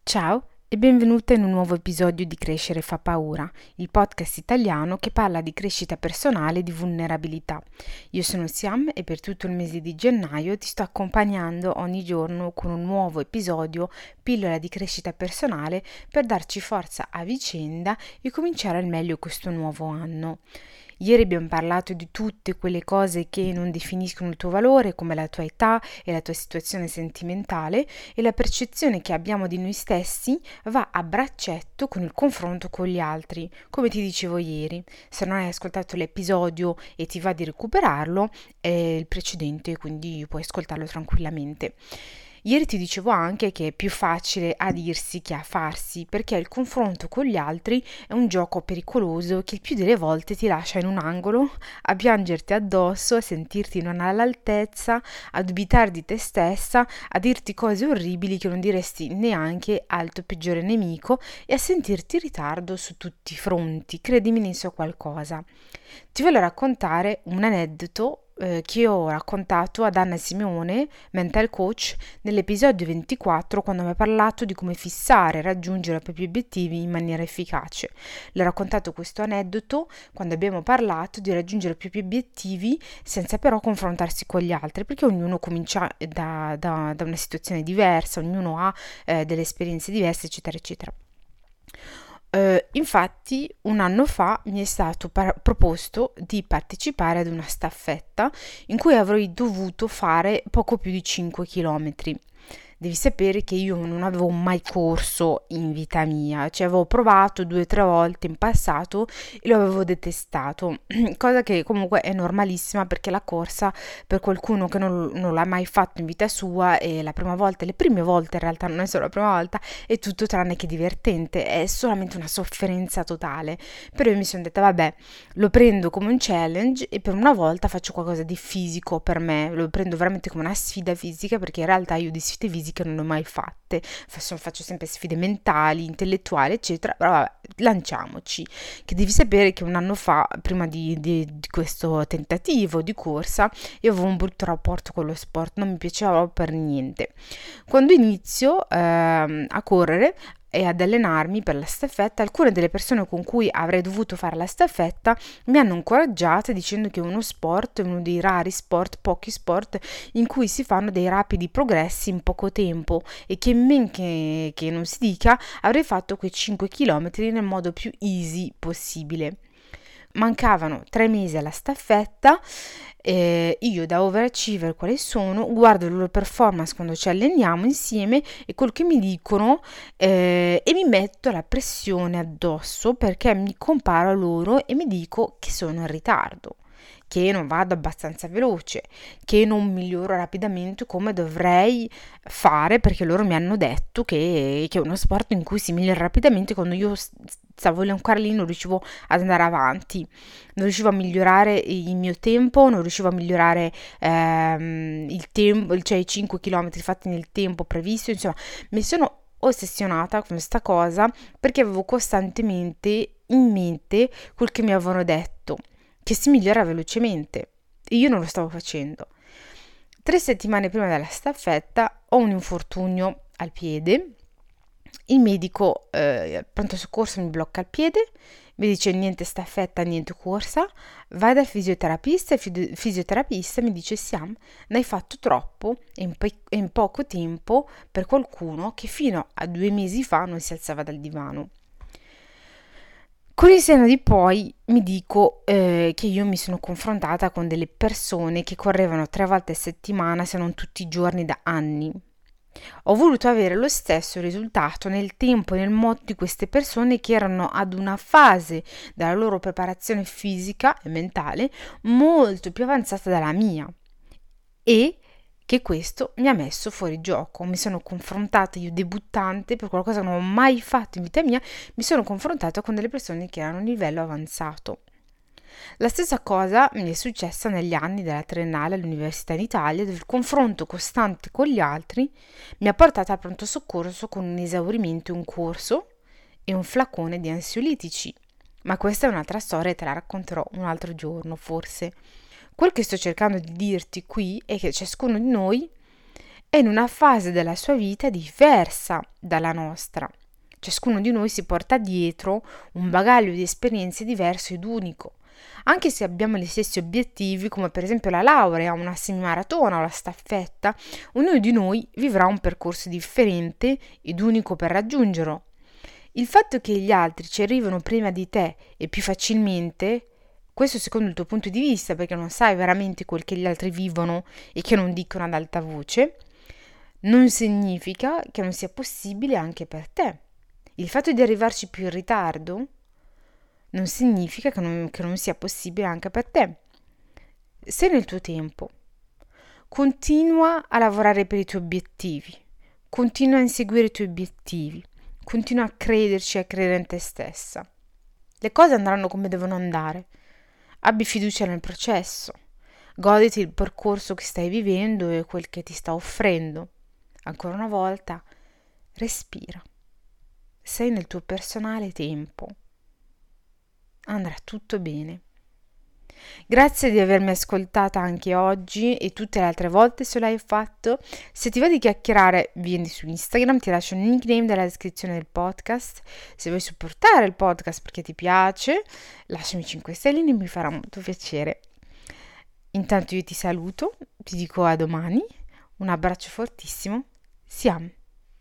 Ciao e benvenuta in un nuovo episodio di Crescere fa paura, il podcast italiano che parla di crescita personale e di vulnerabilità. Io sono Siam e per tutto il mese di gennaio ti sto accompagnando ogni giorno con un nuovo episodio, pillola di crescita personale, per darci forza a vicenda e cominciare al meglio questo nuovo anno. Ieri abbiamo parlato di tutte quelle cose che non definiscono il tuo valore, come la tua età e la tua situazione sentimentale, e la percezione che abbiamo di noi stessi va a braccetto con il confronto con gli altri. Come ti dicevo ieri, se non hai ascoltato l'episodio e ti va di recuperarlo, è il precedente, quindi puoi ascoltarlo tranquillamente. Ieri ti dicevo anche che è più facile a dirsi che a farsi, perché il confronto con gli altri è un gioco pericoloso che il più delle volte ti lascia in un angolo a piangerti addosso, a sentirti non all'altezza, a dubitare di te stessa, a dirti cose orribili che non diresti neanche al tuo peggiore nemico e a sentirti in ritardo su tutti i fronti. Credimi, ne so qualcosa. Ti voglio raccontare un aneddoto che ho raccontato ad Anna Simeone, mental coach, nell'episodio 24, quando mi ha parlato di come fissare e raggiungere i propri obiettivi in maniera efficace. Le ho raccontato questo aneddoto quando abbiamo parlato di raggiungere i propri obiettivi senza però confrontarsi con gli altri, perché ognuno comincia da una situazione diversa, ognuno ha delle esperienze diverse, eccetera, eccetera. Infatti un anno fa mi è stato proposto di partecipare ad una staffetta in cui avrei dovuto fare poco più di 5 chilometri. Devi sapere che io non avevo mai corso in vita mia, cioè avevo provato 2 o 3 volte in passato e lo avevo detestato, cosa che comunque è normalissima perché la corsa per qualcuno che non l'ha mai fatto in vita sua e la prima volta, le prime volte in realtà non è solo la prima volta, è tutto tranne che divertente, è solamente una sofferenza totale. Però io mi sono detta vabbè, lo prendo come un challenge e per una volta faccio qualcosa di fisico per me, lo prendo veramente come una sfida fisica, perché in realtà io di sfide fisiche non ne ho mai fatte, faccio sempre sfide mentali, intellettuali, eccetera, però vabbè, lanciamoci. Che devi sapere che un anno fa, prima di questo tentativo di corsa, io avevo un brutto rapporto con lo sport, non mi piaceva per niente. Quando inizio a correre e ad allenarmi per la staffetta, alcune delle persone con cui avrei dovuto fare la staffetta mi hanno incoraggiata dicendo che è uno sport, uno dei rari sport, pochi sport in cui si fanno dei rapidi progressi in poco tempo e che men che non si dica avrei fatto quei 5 km nel modo più easy possibile. Mancavano 3 mesi alla staffetta, io da overachiever quale sono, guardo le loro performance quando ci alleniamo insieme e quel che mi dicono e mi metto la pressione addosso perché mi comparo a loro e mi dico che sono in ritardo, che non vado abbastanza veloce, che non miglioro rapidamente come dovrei fare, perché loro mi hanno detto che è uno sport in cui si migliora rapidamente. Quando io stavo ancora lì non riuscivo ad andare avanti, non riuscivo a migliorare il mio tempo, non riuscivo a migliorare il tempo, cioè i 5 km fatti nel tempo previsto, insomma mi sono ossessionata con questa cosa perché avevo costantemente in mente quel che mi avevano detto, che si migliora velocemente, e io non lo stavo facendo. 3 settimane prima della staffetta ho un infortunio al piede. Il medico pronto soccorso mi blocca il piede, mi dice niente staffetta, niente corsa, vai dal fisioterapista e il fisioterapista mi dice Siam, ne hai fatto troppo in poco tempo per qualcuno che fino a 2 mesi fa non si alzava dal divano. Con il senno di poi mi dico che io mi sono confrontata con delle persone che correvano 3 volte a settimana, se non tutti i giorni, da anni. Ho voluto avere lo stesso risultato nel tempo e nel modo di queste persone che erano ad una fase della loro preparazione fisica e mentale molto più avanzata della mia, e che questo mi ha messo fuori gioco. Mi sono confrontata, io debuttante, per qualcosa che non ho mai fatto in vita mia, mi sono confrontata con delle persone che erano a un livello avanzato. La stessa cosa mi è successa negli anni della triennale all'università in Italia, dove il confronto costante con gli altri mi ha portato al pronto soccorso con un esaurimento in corso e un flacone di ansiolitici. Ma questa è un'altra storia e te la racconterò un altro giorno, forse. Quel che sto cercando di dirti qui è che ciascuno di noi è in una fase della sua vita diversa dalla nostra. Ciascuno di noi si porta dietro un bagaglio di esperienze diverso ed unico. Anche se abbiamo gli stessi obiettivi, come per esempio la laurea, una semimaratona o la staffetta, ognuno di noi vivrà un percorso differente ed unico per raggiungerlo. Il fatto che gli altri ci arrivano prima di te e più facilmente, questo secondo il tuo punto di vista, perché non sai veramente quel che gli altri vivono e che non dicono ad alta voce, non significa che non sia possibile anche per te. Il fatto di arrivarci più in ritardo non significa che non sia possibile anche per te. Sei nel tuo tempo. Continua a lavorare per i tuoi obiettivi. Continua a inseguire i tuoi obiettivi. Continua a crederci e a credere in te stessa. Le cose andranno come devono andare. Abbi fiducia nel processo. Goditi il percorso che stai vivendo e quel che ti sta offrendo. Ancora una volta, respira. Sei nel tuo personale tempo. Andrà tutto bene. Grazie di avermi ascoltata anche oggi e tutte le altre volte se l'hai fatto. Se ti va di chiacchierare, vieni su Instagram, ti lascio un nickname nella descrizione del podcast. Se vuoi supportare il podcast perché ti piace, lasciami 5 stelline, mi farà molto piacere. Intanto io ti saluto, ti dico a domani, un abbraccio fortissimo, Siam.